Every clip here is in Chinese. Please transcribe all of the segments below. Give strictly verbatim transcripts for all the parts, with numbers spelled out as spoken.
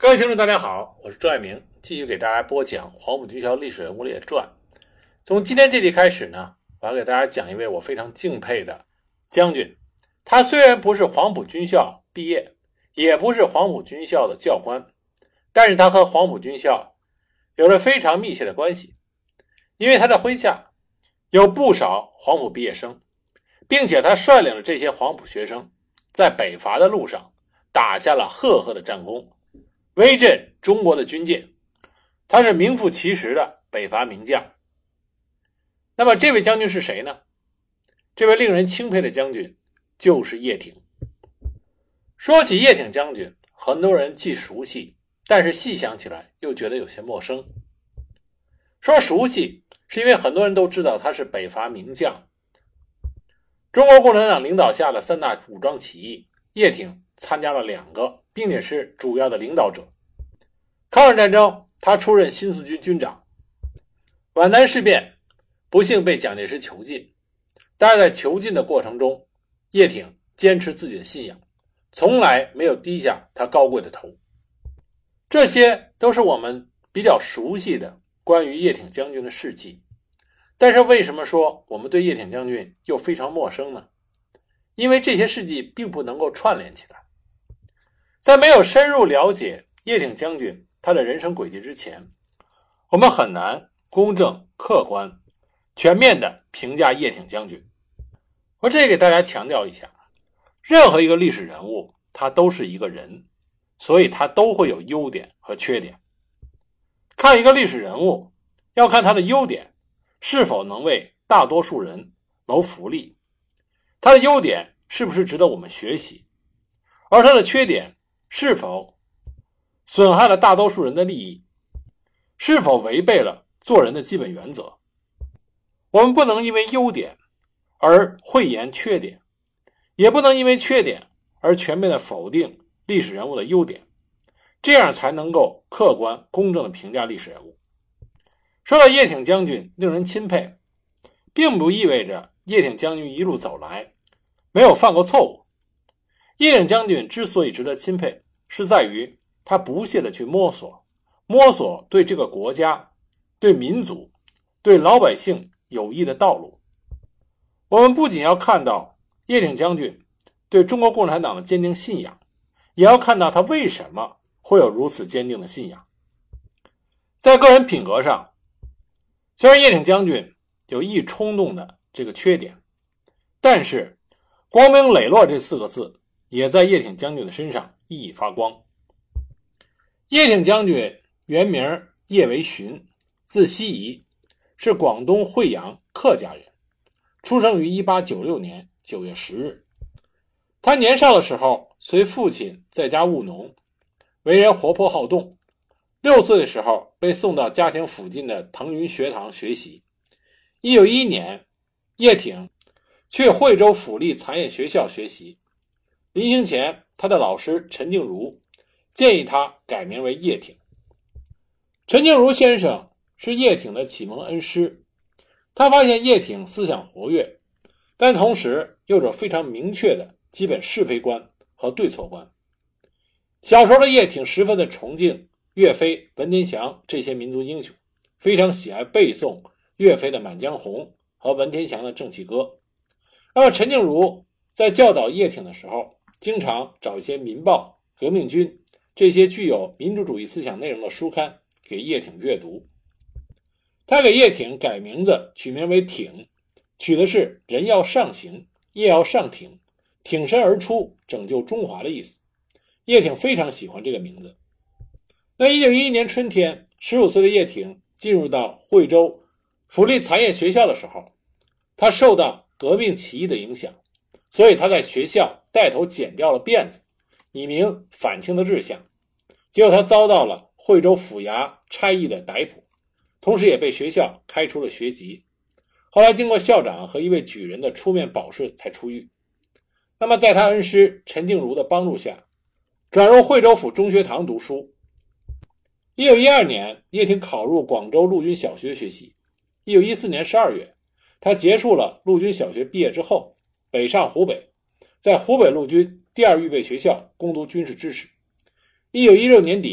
各位听众大家好，我是周爱明，继续给大家播讲黄埔军校历史人物列传。从今天这集开始呢，我要给大家讲一位我非常敬佩的将军。他虽然不是黄埔军校毕业，也不是黄埔军校的教官，但是他和黄埔军校有着非常密切的关系，因为他的麾下有不少黄埔毕业生，并且他率领了这些黄埔学生在北伐的路上打下了赫赫的战功，威震中国的军界。他是名副其实的北伐名将。那么这位将军是谁呢？这位令人钦佩的将军就是叶挺。说起叶挺将军，很多人既熟悉，但是细想起来又觉得有些陌生。说熟悉是因为很多人都知道他是北伐名将，中国共产党领导下的三大武装起义，叶挺参加了两个，并且是主要的领导者。抗日战争他出任新四军军长，皖南事变不幸被蒋介石囚禁，但是在囚禁的过程中，叶挺坚持自己的信仰，从来没有低下他高贵的头。这些都是我们比较熟悉的关于叶挺将军的事迹，但是为什么说我们对叶挺将军又非常陌生呢？因为这些事迹并不能够串联起来。在没有深入了解叶挺将军他的人生轨迹之前，我们很难公正、客观、全面地评价叶挺将军。我这里给大家强调一下，任何一个历史人物他都是一个人，所以他都会有优点和缺点。看一个历史人物，要看他的优点是否能为大多数人谋福利，他的优点是不是值得我们学习，而他的缺点是否损害了大多数人的利益，是否违背了做人的基本原则。我们不能因为优点而讳言缺点，也不能因为缺点而全面的否定历史人物的优点，这样才能够客观公正的评价历史人物。说到叶挺将军令人钦佩，并不意味着叶挺将军一路走来没有犯过错误。叶挺将军之所以值得钦佩，是在于他不懈地去摸索，摸索对这个国家、对民族、对老百姓有益的道路。我们不仅要看到叶挺将军对中国共产党的坚定信仰，也要看到他为什么会有如此坚定的信仰。在个人品格上，虽然叶挺将军有易冲动的这个缺点，但是光明磊落这四个字也在叶挺将军的身上熠熠发光。叶挺将军原名叶维寻，字希夷，是广东惠阳客家人，出生于一八九六年九月十日。他年少的时候随父亲在家务农，为人活泼好动。六岁的时候被送到家庭附近的腾云学堂学习。一九一一年，叶挺去惠州府立残业学校学习。临行前，他的老师陈静茹建议他改名为叶挺。陈静茹先生是叶挺的启蒙恩师，他发现叶挺思想活跃，但同时有着非常明确的基本是非观和对错观。小时候的叶挺十分的崇敬岳飞、文天祥这些民族英雄，非常喜爱背诵岳飞的《满江红》和文天祥的《正气歌》。那么陈静茹在教导叶挺的时候，经常找一些民报、革命军这些具有民主主义思想内容的书刊给叶挺阅读。他给叶挺改名字，取名为挺，取的是人要上行，业要上挺，挺身而出，拯救中华的意思。叶挺非常喜欢这个名字。那一九一一年春天，十五岁的叶挺进入到惠州府立残业学校的时候，他受到革命起义的影响，所以他在学校带头剪掉了辫子，以明反清的志向。结果他遭到了惠州府衙差役的逮捕，同时也被学校开除了学籍。后来经过校长和一位举人的出面保释才出狱。那么在他恩师陈静茹的帮助下，转入惠州府中学堂读书。一九一二年，叶挺考入广州陆军小学学习。一九一四年十二月，他结束了陆军小学毕业之后，北上湖北，在湖北陆军第二预备学校攻读军事知识。一九一六年底，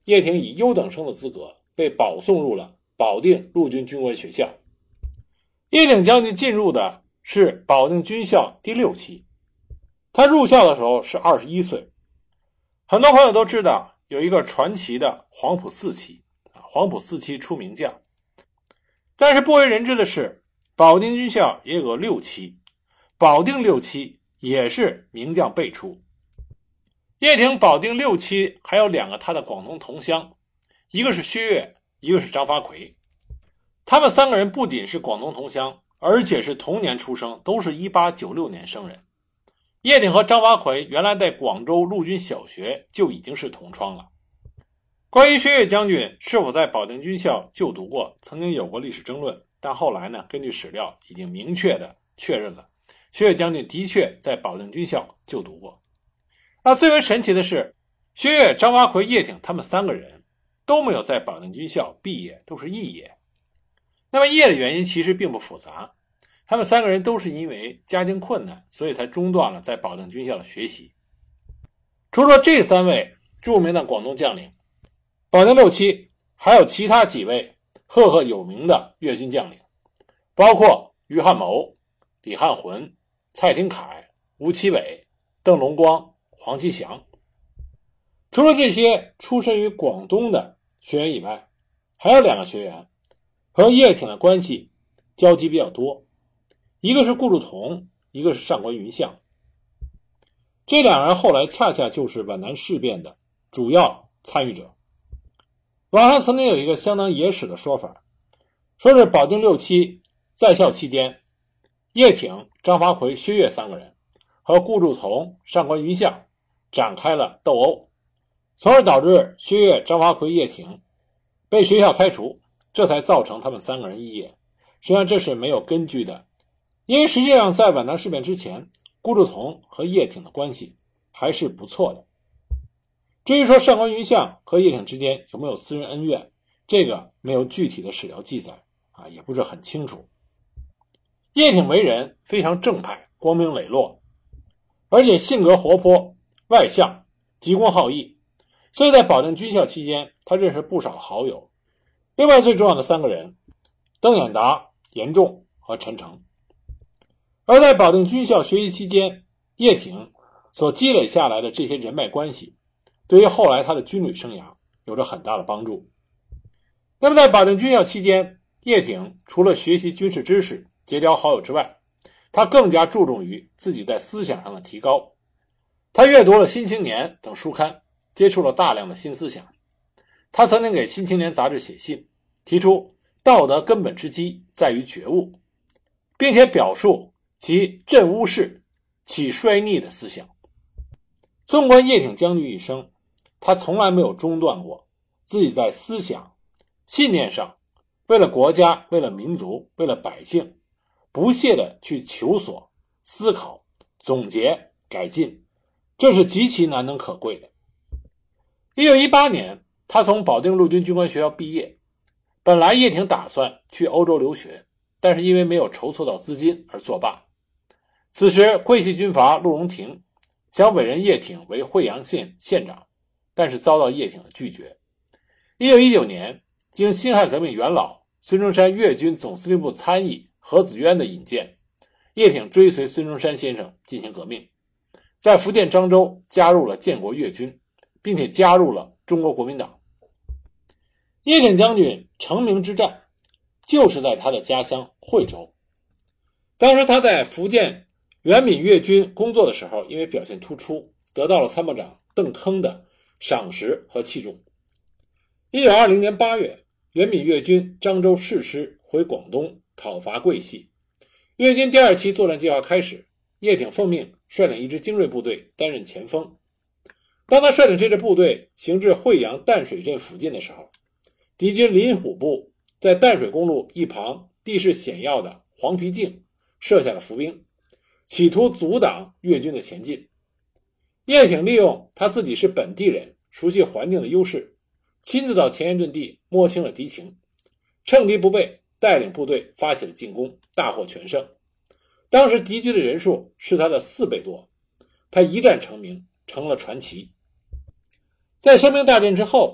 叶挺以优等生的资格被保送入了保定陆军军官学校。叶挺将军进入的是保定军校第六期，他入校的时候是二十一岁。很多朋友都知道有一个传奇的黄埔四期，黄埔四期出名将。但是不为人知的是，保定军校也有个六期，保定六期也是名将辈出。叶挺保定六期还有两个他的广东同乡，一个是薛岳，一个是张发奎。他们三个人不仅是广东同乡，而且是同年出生，都是一八九六年生人。叶挺和张发奎原来在广州陆军小学就已经是同窗了。关于薛岳将军是否在保定军校就读过，曾经有过历史争论，但后来呢，根据史料已经明确的确认了，薛岳将军的确在保定军校就读过。那最为神奇的是，薛岳、张发奎、叶挺他们三个人都没有在保定军校毕业，都是肄业。那么肄业的原因其实并不复杂，他们三个人都是因为家境困难，所以才中断了在保定军校的学习。除了这三位著名的广东将领，保定六期还有其他几位赫赫有名的粤军将领，包括于汉谋、李汉魂、蔡廷锴、吴奇伟、邓龙光、黄其祥。除了这些出身于广东的学员以外，还有两个学员和叶挺的关系交集比较多，一个是顾祝同，一个是上官云相。这两人后来恰恰就是皖南事变的主要参与者。网上曾经有一个相当野史的说法，说是保定六期在校期间，叶挺、张发奎、薛岳三个人和顾祝同、上官云相展开了斗殴，从而导致薛岳、张发奎、叶挺被学校开除，这才造成他们三个人肄业。实际上这是没有根据的，因为实际上在皖南事变之前，顾祝同和叶挺的关系还是不错的。至于说上官云相和叶挺之间有没有私人恩怨，这个没有具体的史料记载啊，也不是很清楚。叶挺为人非常正派，光明磊落，而且性格活泼外向，急公好义，所以在保定军校期间他认识不少好友。另外最重要的三个人，邓演达、严仲和陈诚。而在保定军校学习期间，叶挺所积累下来的这些人脉关系，对于后来他的军旅生涯有着很大的帮助。那么在保定军校期间，叶挺除了学习军事知识、结交好友之外，他更加注重于自己在思想上的提高。他阅读了《新青年》等书刊，接触了大量的新思想。他曾经给《新青年》杂志写信，提出道德根本之基在于觉悟，并且表述其振巫世、起衰逆的思想。纵观叶挺将军一生，他从来没有中断过自己在思想、信念上为了国家、为了民族、为了百姓不懈地去求索、思考、总结、改进，这是极其难能可贵的。一九一八年，他从保定陆军军官学校毕业，本来叶挺打算去欧洲留学，但是因为没有筹措到资金而作罢。此时桂系军阀陆荣廷想委任叶挺为惠阳县县长，但是遭到叶挺的拒绝。一九一九年，经辛亥革命元老孙中山粤军总司令部参议何子渊的引荐，叶挺追随孙中山先生进行革命，在福建漳州加入了建国粤军，并且加入了中国国民党。叶挺将军成名之战就是在他的家乡惠州。当时他在福建原闽粤军工作的时候，因为表现突出，得到了参谋长邓铿的赏识和器重。一九二零年八月，原闽粤军漳州市师回广东讨伐桂系，粤军第二期作战计划开始，叶挺奉命率领一支精锐部队担任前锋。当他率领这支部队行至惠阳淡水镇附近的时候，敌军林虎部在淡水公路一旁地势险要的黄皮泾设下了伏兵，企图阻挡粤军的前进。叶挺利用他自己是本地人，熟悉环境的优势，亲自到前沿阵地摸清了敌情，趁敌不备，带领部队发起了进攻，大获全胜。当时敌军的人数是他的四倍多，他一战成名，成了传奇。在声名大振之后，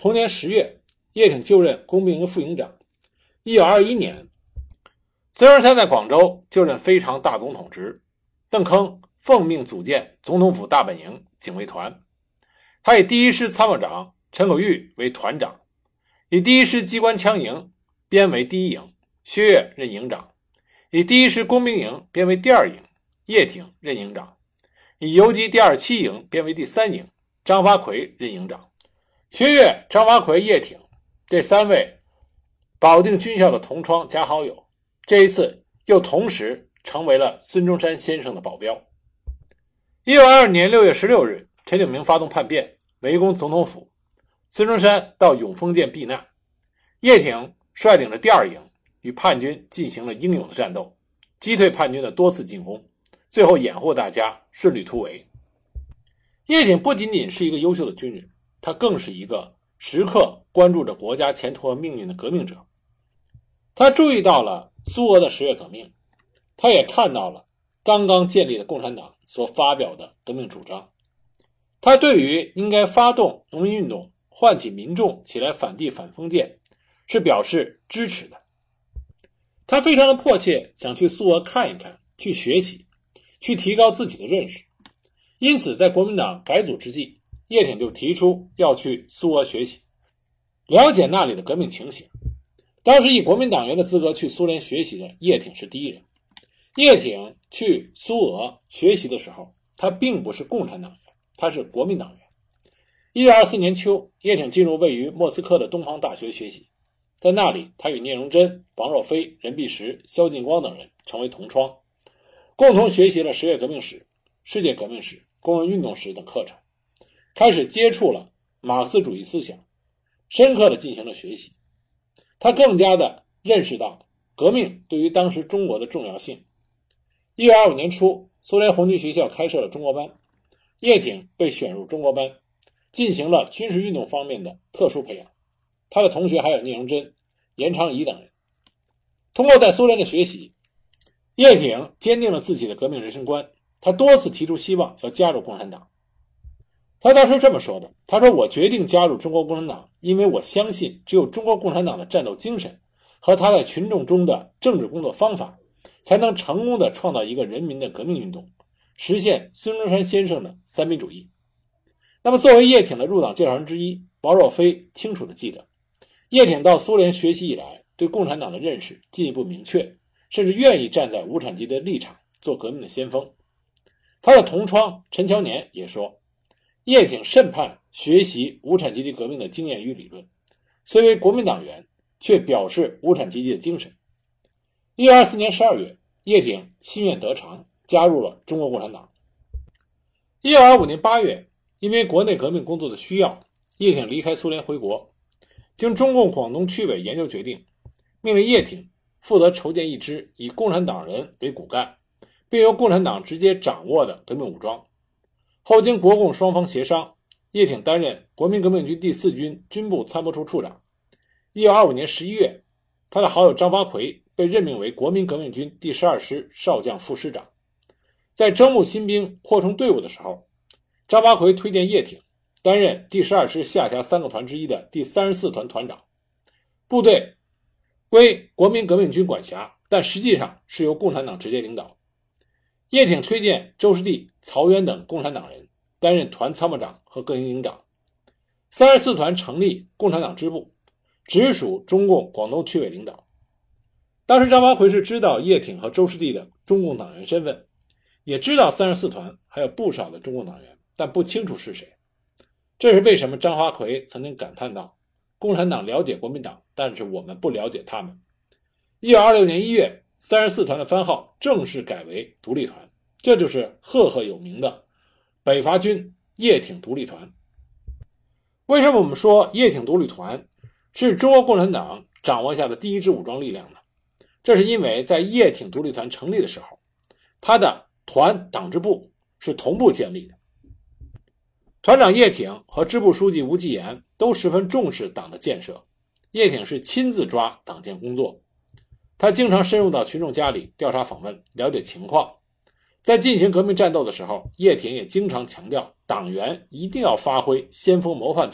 同年十月，叶挺就任工兵营副营长。一九二一年，孙中山在广州就任非常大总统职，邓铿奉命组建总统府大本营警卫团，他以第一师参谋长陈可玉为团长，以第一师机关枪营编为第一营，薛岳任营长，以第一师工兵营编为第二营，叶挺任营长，以游击第二十七营编为第三营，张发奎任营长。薛岳、张发奎、叶挺这三位保定军校的同窗加好友，这一次又同时成为了孙中山先生的保镖。一九二二年六月十六日，陈炯明发动叛变，围攻总统府，孙中山到永丰舰避难，叶挺率领着第二营与叛军进行了英勇的战斗，击退叛军的多次进攻，最后掩护大家顺利突围。叶挺不仅仅是一个优秀的军人，他更是一个时刻关注着国家前途和命运的革命者。他注意到了苏俄的十月革命，他也看到了刚刚建立的共产党所发表的革命主张，他对于应该发动农民运动，唤起民众起来反帝反封建是表示支持的。他非常的迫切想去苏俄看一看，去学习，去提高自己的认识。因此在国民党改组之际，叶挺就提出要去苏俄学习，了解那里的革命情形。当时以国民党员的资格去苏联学习的叶挺是第一人。叶挺去苏俄学习的时候，他并不是共产党员，他是国民党员。一九二四年秋，叶挺进入位于莫斯科的东方大学学习，在那里他与聂荣臻、王若飞、任弼时、萧劲光等人成为同窗，共同学习了十月革命史、世界革命史、工人运动史等课程，开始接触了马克思主义思想，深刻地进行了学习。他更加的认识到革命对于当时中国的重要性。一九二五年初，苏联红军学校开设了中国班，叶挺被选入中国班，进行了军事运动方面的特殊培养。他的同学还有聂荣臻、严长仪等人。通过在苏联的学习，叶挺坚定了自己的革命人生观，他多次提出希望要加入共产党。他当时这么说的，他说：“我决定加入中国共产党，因为我相信只有中国共产党的战斗精神和他在群众中的政治工作方法，才能成功地创造一个人民的革命运动，实现孙中山先生的三民主义。”那么作为叶挺的入党介绍人之一，王若飞清楚地记得，叶挺到苏联学习以来，对共产党的认识进一步明确，甚至愿意站在无产阶级的立场做革命的先锋。他的同窗陈乔年也说，叶挺甚盼学习无产阶级革命的经验与理论，虽为国民党员，却表示无产阶级的精神。一九二四年十二月，叶挺心愿得偿，加入了中国共产党。一九二五年八月，因为国内革命工作的需要，叶挺离开苏联回国。经中共广东区委研究决定，命令叶挺负责筹建一支以共产党人为骨干，并由共产党直接掌握的革命武装。后经国共双方协商，叶挺担任国民革命军第四军军部参谋处处长。一九二五年十一月，他的好友张发奎被任命为国民革命军第十二师少将副师长。在征募新兵、扩充队伍的时候，张发奎推荐叶挺担任第十二师下辖三个团之一的第三十四团团长，部队归国民革命军管辖，但实际上是由共产党直接领导。叶挺推荐周士第、曹渊等共产党人担任团参谋长和各营营长。三十四团成立共产党支部，直属中共广东区委领导。当时张发奎是知道叶挺和周士第的中共党员身份，也知道三十四团还有不少的中共党员，但不清楚是谁。这是为什么张发奎曾经感叹道，共产党了解国民党，但是我们不了解他们。一九二六年一月，三十四团的番号正式改为独立团，这就是赫赫有名的北伐军叶挺独立团。为什么我们说叶挺独立团是中国共产党掌握下的第一支武装力量呢？这是因为在叶挺独立团成立的时候，他的团党支部是同步建立的。团长叶挺和支部书记吴继言都十分重视党的建设，叶挺是亲自抓党建工作，他经常深入到群众家里调查访问，了解情况。在进行革命战斗的时候，叶挺也经常强调党员一定要发挥先锋谋范作用，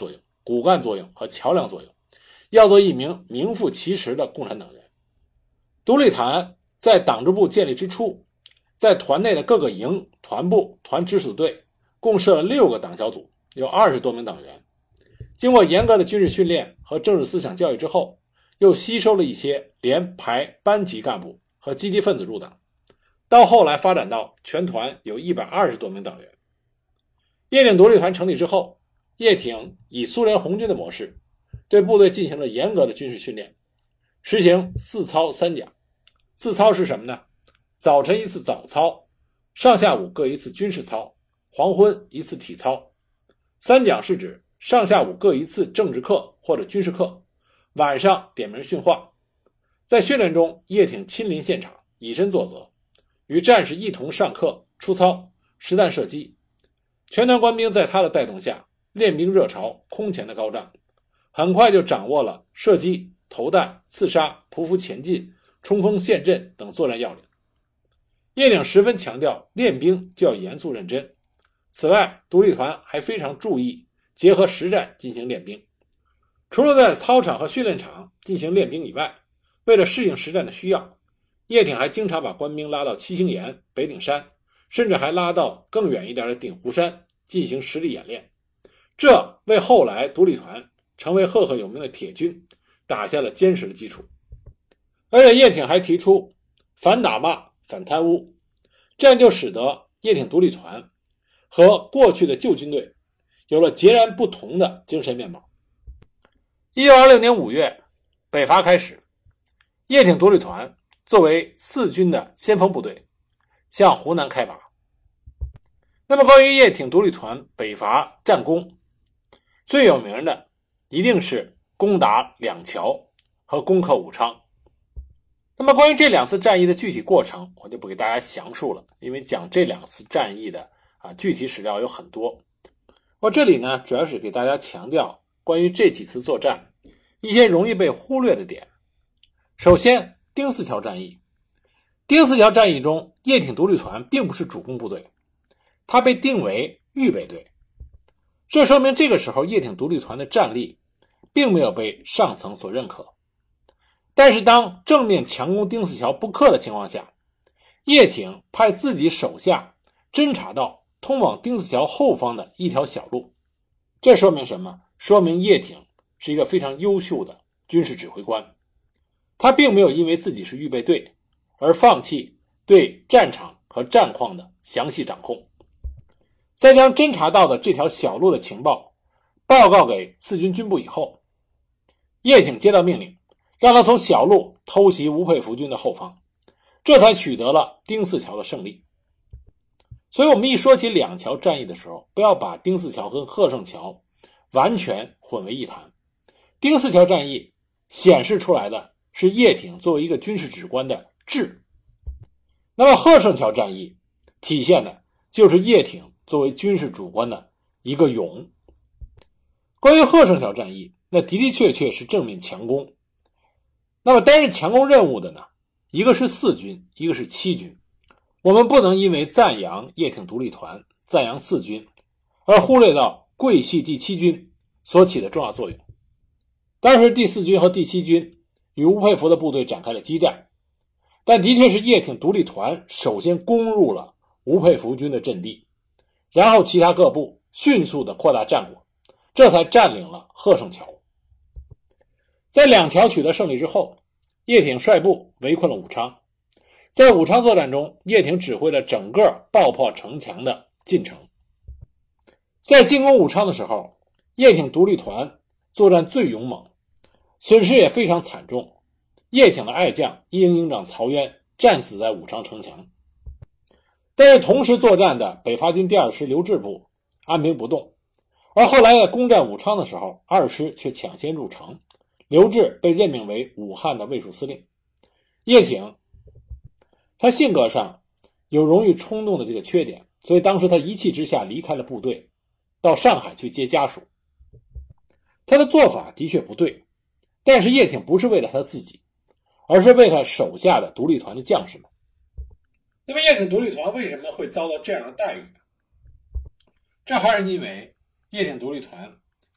骨干作用和桥梁作用，要做一名名副其实的共产党员。独立团在党支部建立之初，在团内的各个营、团部、团直属队共设了六个党小组，有二十多名党员。经过严格的军事训练和政治思想教育之后，又吸收了一些连排班级干部和积极分子入党，到后来发展到全团有一百二十多名党员。叶挺独立团成立之后，叶挺以苏联红军的模式对部队进行了严格的军事训练，实行四操三讲。四操是什么呢？早晨一次早操，上下午各一次军事操，黄昏一次体操。三讲是指上下午各一次政治课或者军事课，晚上点名训话。在训练中，叶挺亲临现场，以身作则，与战士一同上课、出操、实弹射击。全团官兵在他的带动下，练兵热潮空前的高涨，很快就掌握了射击、投弹、刺杀、匍匐前进、冲锋陷阵等作战要领。叶挺十分强调练兵就要严肃认真。此外，独立团还非常注意结合实战进行练兵。除了在操场和训练场进行练兵以外，为了适应实战的需要，叶挺还经常把官兵拉到七星岩、北顶山，甚至还拉到更远一点的鼎湖山进行实地演练。这为后来独立团成为赫赫有名的铁军打下了坚实的基础。而且叶挺还提出反打骂、反贪污，这样就使得叶挺独立团和过去的旧军队有了截然不同的精神面貌。一九二六年五月，北伐开始，叶挺独立团作为四军的先锋部队向湖南开拔。那么关于叶挺独立团北伐战功，最有名的一定是攻打两桥和攻克武昌。那么关于这两次战役的具体过程，我就不给大家详述了，因为讲这两次战役的啊具体史料有很多。我这里呢主要是给大家强调关于这几次作战一些容易被忽略的点。首先，丁四桥战役。丁四桥战役中，叶挺独立团并不是主攻部队，它被定为预备队。这说明这个时候叶挺独立团的战力并没有被上层所认可。但是当正面强攻丁四桥不克的情况下，叶挺派自己手下侦察到通往丁四桥后方的一条小路。这说明什么？说明叶挺是一个非常优秀的军事指挥官。他并没有因为自己是预备队而放弃对战场和战况的详细掌控。在将侦察到的这条小路的情报报告给四军军部以后，叶挺接到命令，让他从小路偷袭吴佩孚军的后方，这才取得了丁四桥的胜利。所以我们一说起两桥战役的时候，不要把丁四桥跟贺胜桥完全混为一谈。丁四桥战役显示出来的是叶挺作为一个军事指挥官的智，那么贺胜桥战役体现的就是叶挺作为军事主官的一个勇。关于贺胜桥战役，那的的确确是正面强攻。那么担任强攻任务的呢，一个是四军，一个是七军。我们不能因为赞扬叶挺独立团、赞扬四军，而忽略到桂系第七军所起的重要作用。当时第四军和第七军与吴佩孚的部队展开了激战，但的确是叶挺独立团首先攻入了吴佩孚军的阵地，然后其他各部迅速的扩大战果，这才占领了贺胜桥。在两桥取得胜利之后，叶挺率部围困了武昌。在武昌作战中，叶挺指挥了整个爆破城墙的进程。在进攻武昌的时候，叶挺独立团作战最勇猛，损失也非常惨重。叶挺的爱将一营营长曹渊战死在武昌城墙。但是同时作战的北伐军第二师刘志部按兵不动，而后来在攻占武昌的时候，二师却抢先入城，刘志被任命为武汉的卫戍司令。叶挺他性格上有容易冲动的这个缺点，所以当时他一气之下离开了部队，到上海去接家属。他的做法的确不对，但是叶挺不是为了他自己，而是为他手下的独立团的将士们。那么叶挺独立团为什么会遭到这样的待遇呢？这还是因为叶挺独立团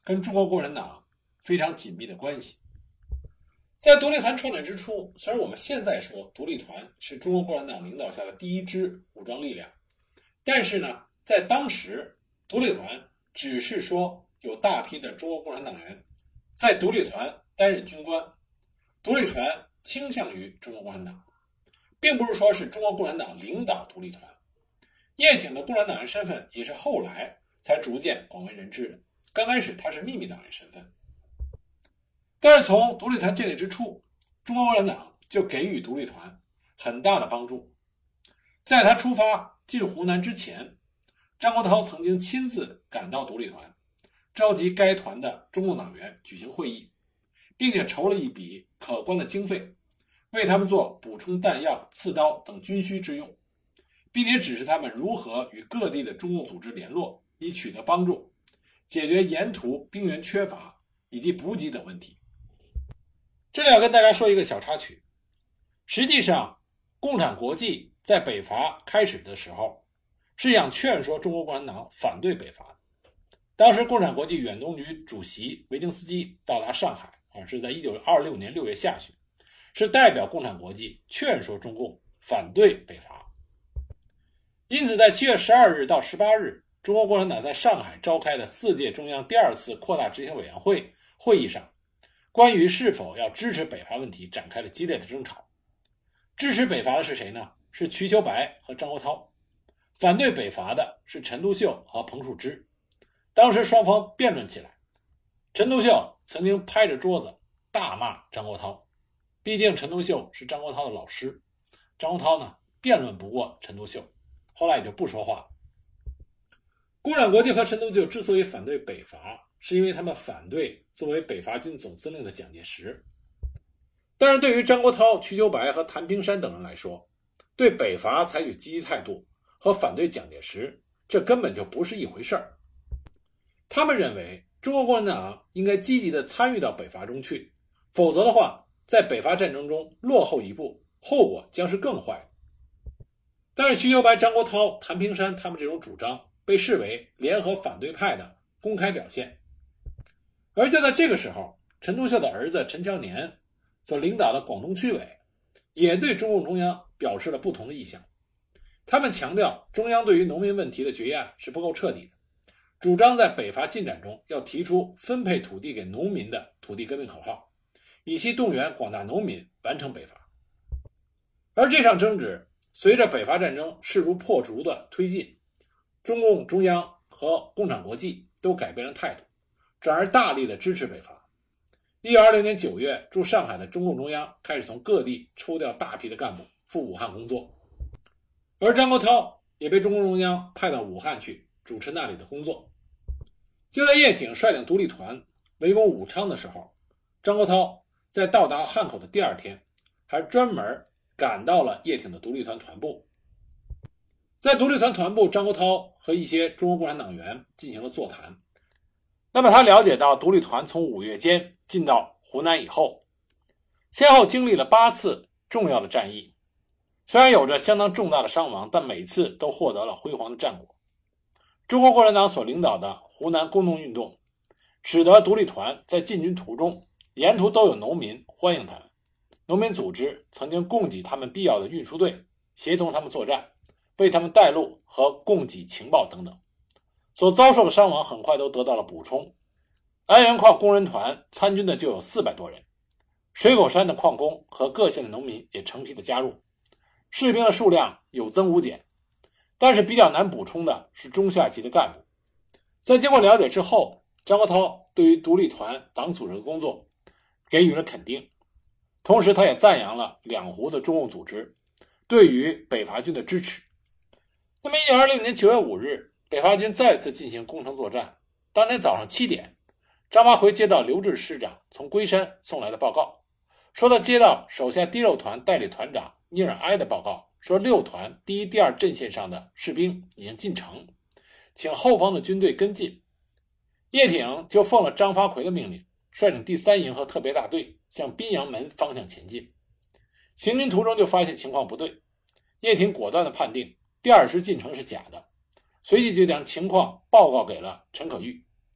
跟中国共产党非常紧密的关系。在独立团创建之初，虽然我们现在说独立团是中国共产党领导下的第一支武装力量，但是呢，在当时独立团只是说有大批的中国共产党员在独立团担任军官，独立团倾向于中国共产党，并不是说是中国共产党领导独立团。叶挺的共产党员身份也是后来才逐渐广为人知的，刚开始他是秘密党员身份。但是从独立团建立之初，中国共产党就给予独立团很大的帮助。在他出发进湖南之前，张国焘曾经亲自赶到独立团，召集该团的中共党员举行会议，并且筹了一笔可观的经费，为他们做补充弹药、刺刀等军需之用，并且指示他们如何与各地的中共组织联络，以取得帮助，解决沿途兵员缺乏以及补给等问题。这里要跟大家说一个小插曲，实际上共产国际在北伐开始的时候是想劝说中国共产党反对北伐。当时共产国际远东局主席维京斯基到达上海，是在一九二六年六月下旬，是代表共产国际劝说中共反对北伐。因此在七月十二日到十八日，中国共产党在上海召开的四届中央第二次扩大执行委员会会议上，关于是否要支持北伐问题展开了激烈的争吵。支持北伐的是谁呢？是瞿秋白和张国焘。反对北伐的是陈独秀和彭树之。当时双方辩论起来，陈独秀曾经拍着桌子大骂张国焘，毕竟陈独秀是张国焘的老师，张国焘呢辩论不过陈独秀，后来也就不说话了。共产国际和陈独秀之所以反对北伐，是因为他们反对作为北伐军总司令的蒋介石。但是对于张国焘、瞿秋白和谭平山等人来说，对北伐采取积极态度和反对蒋介石，这根本就不是一回事儿。他们认为中国共产党应该积极地参与到北伐中去，否则的话，在北伐战争中落后一步，后果将是更坏的。但是瞿秋白、张国焘、谭平山他们这种主张被视为联合反对派的公开表现。而就在这个时候，陈独秀的儿子陈乔年所领导的广东区委也对中共中央表示了不同的意向。他们强调中央对于农民问题的决议案是不够彻底的，主张在北伐进展中要提出分配土地给农民的土地革命口号，以期动员广大农民完成北伐。而这场争执随着北伐战争势如破竹的推进，中共中央和共产国际都改变了态度，转而大力的支持北伐。一九二零年九月，驻上海的中共中央开始从各地抽调大批的干部赴武汉工作，而张国焘也被中共中央派到武汉去主持那里的工作。就在叶挺率领独立团围攻武昌的时候，张国焘在到达汉口的第二天，还专门赶到了叶挺的独立团团部。在独立团团部，张国焘和一些中国共产党员进行了座谈。那么他了解到独立团从五月间进到湖南以后，先后经历了八次重要的战役，虽然有着相当重大的伤亡，但每次都获得了辉煌的战果。中国共产党所领导的湖南工农运动，使得独立团在进军途中，沿途都有农民欢迎他们。农民组织曾经供给他们必要的运输队，协同他们作战，为他们带路和供给情报等等。所遭受的伤亡很快都得到了补充。安源矿工人团参军的就有四百多人，水口山的矿工和各县的农民也成批的加入，士兵的数量有增无减。但是比较难补充的是中下级的干部。在经过了解之后，张国焘对于独立团党组织的工作给予了肯定，同时他也赞扬了两湖的中共组织对于北伐军的支持。那么一九二零年九月五日，北伐军再次进行攻城作战。当天早上七点，张发奎接到刘志师长从龟山送来的报告，说他接到手下第六团代理团长尼尔埃的报告，说六团第一、第二阵线上的士兵已经进城，请后方的军队跟进。叶挺就奉了张发奎的命令，率领第三营和特别大队向滨阳门方向前进。行军途中就发现情况不对，叶挺果断地判定第二师进城是假的，随即就将情况报告给了陈可玉。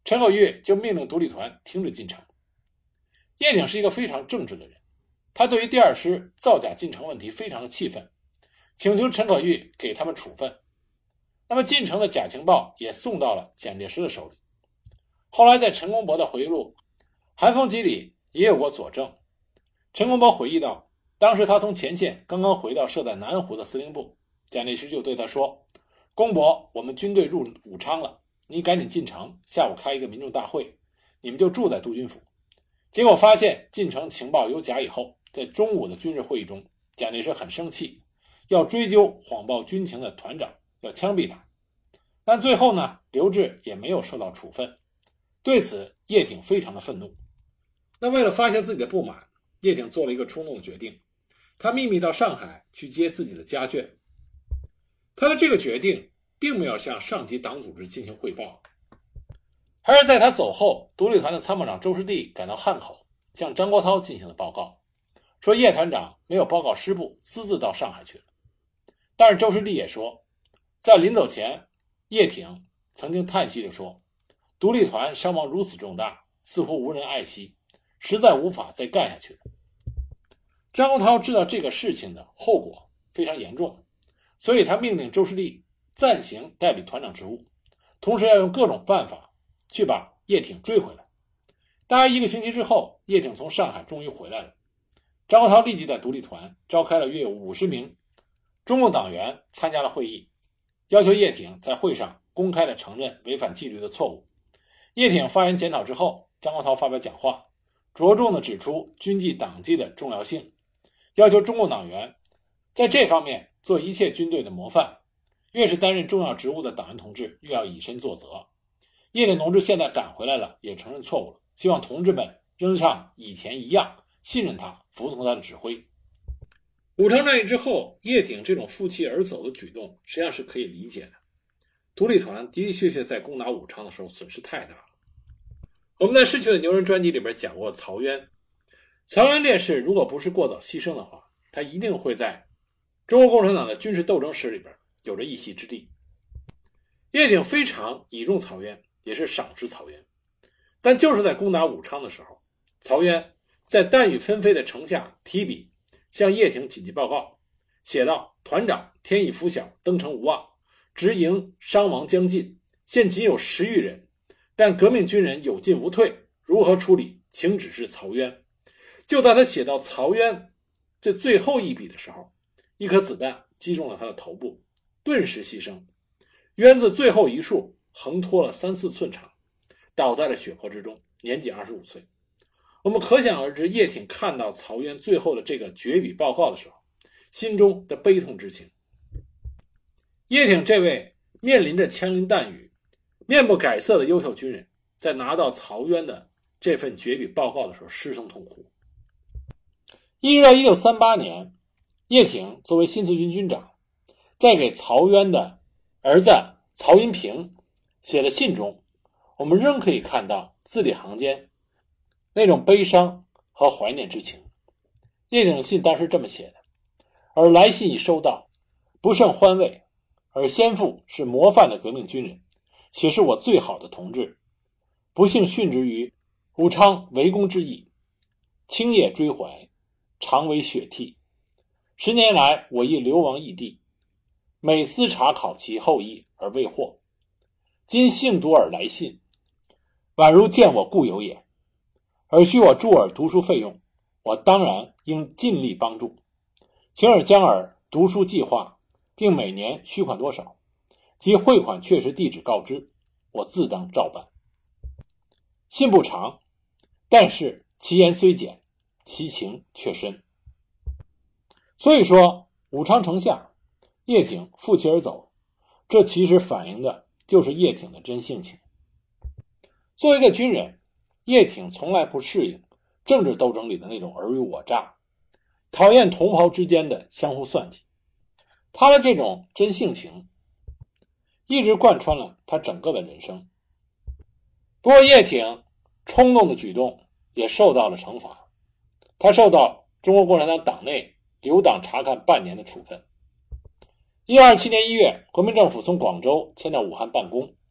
陈可玉就命令独立团停止进城。叶挺是一个非常正直的人，他对于第二师造假进城问题非常的气愤，请求陈可玉给他们处分。那么进城的假情报也送到了蒋介石的手里。后来在陈公博的回忆录《寒风集》里也有过佐证。陈公博回忆到，当时他从前线刚刚回到设在南湖的司令部，蒋介石就对他说，公博，我们军队入武昌了，你赶紧进城，下午开一个民众大会，你们就住在督军府。结果发现进城情报有假以后，在中午的军事会议中，蒋介石很生气，要追究谎报军情的团长，要枪毙他。但最后呢，刘峙也没有受到处分。对此叶挺非常的愤怒。那为了发泄自己的不满，叶挺做了一个冲动的决定，他秘密到上海去接自己的家眷。他的这个决定并没有向上级党组织进行汇报，而是在他走后，独立团的参谋长周士第赶到汉口，向张国焘进行了报告，说叶团长没有报告师部，私自到上海去了。但是周士第也说，在临走前，叶挺曾经叹息地说，独立团伤亡如此重大，似乎无人爱惜，实在无法再干下去了。张国焘知道这个事情的后果非常严重，所以他命令周士第暂行代理团长职务，同时要用各种办法去把叶挺追回来。大概一个星期之后，叶挺从上海终于回来了。张国焘立即在独立团召开了约有五十名中共党员参加了会议，要求叶挺在会上公开地承认违反纪律的错误。叶挺发言检讨之后，张国焘发表讲话，着重地指出军纪党纪的重要性，要求中共党员在这方面做一切军队的模范，越是担任重要职务的党员同志越要以身作则。叶挺同志现在赶回来了，也承认错误了，希望同志们仍像以前一样信任他，服从他的指挥。武昌战役之后，叶挺这种负气而走的举动实际上是可以理解的。独立团的的确确在攻打武昌的时候损失太大了。我们在《逝去的牛人》专辑里边讲过曹渊，曹渊烈士如果不是过早牺牲的话，他一定会在中国共产党的军事斗争史里边有着一席之地。叶挺非常倚重曹渊，也是赏识曹渊，但就是在攻打武昌的时候，曹渊在弹雨纷飞的城下提笔向叶挺紧急报告，写道：团长天意拂晓，登城无望，直营伤亡将尽，现仅有十余人，但革命军人有进无退，如何处理，请指示曹渊。就在他写到曹渊这最后一笔的时候，一颗子弹击中了他的头部，顿时牺牲。渊自最后一束横拖了三四寸长，倒在了血泊之中，年仅二十五岁。我们可想而知，叶挺看到曹渊最后的这个绝笔报告的时候，心中的悲痛之情。叶挺这位面临着枪林弹雨、面不改色的优秀军人，在拿到曹渊的这份绝笔报告的时候失声痛哭。一直到一九三八年，叶挺作为新四军军长，在给曹渊的儿子曹荫平写的信中，我们仍可以看到字里行间那种悲伤和怀念之情。叶挺的信当时这么写的：而来信已收到，不胜欢慰，而先父是模范的革命军人，且是我最好的同志，不幸殉职于武昌围攻之役，青叶追怀，常为血涕。十年来我亦流亡异地，每思查考其后裔而未获，今幸读尔来信，宛如见我故友也，而需我助尔读书费用，我当然应尽力帮助，请尔将尔读书计划并每年需款多少，及汇款确实地址告知，我自当照办。信不长，但是其言虽简，其情却深。所以说武昌城下，叶挺负气而走，这其实反映的就是叶挺的真性情。作为一个军人，叶挺从来不适应政治斗争里的那种尔虞我诈，讨厌同袍之间的相互算计。他的这种真性情一直贯穿了他整个的人生。不过叶挺冲动的举动也受到了惩罚，他受到中国共产党党内留党察看半年的处分。一九二七年一月，国民政府从广州迁到武汉办公，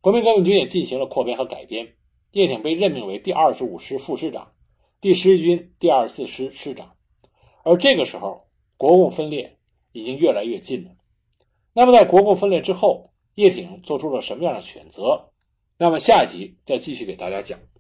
国民革命军也进行了扩编和改编，叶挺被任命为第二十五师副师长，第十一军第二十四师师长。而这个时候，国共分裂已经越来越近了。那么在国共分裂之后，叶挺做出了什么样的选择？那么下一集再继续给大家讲。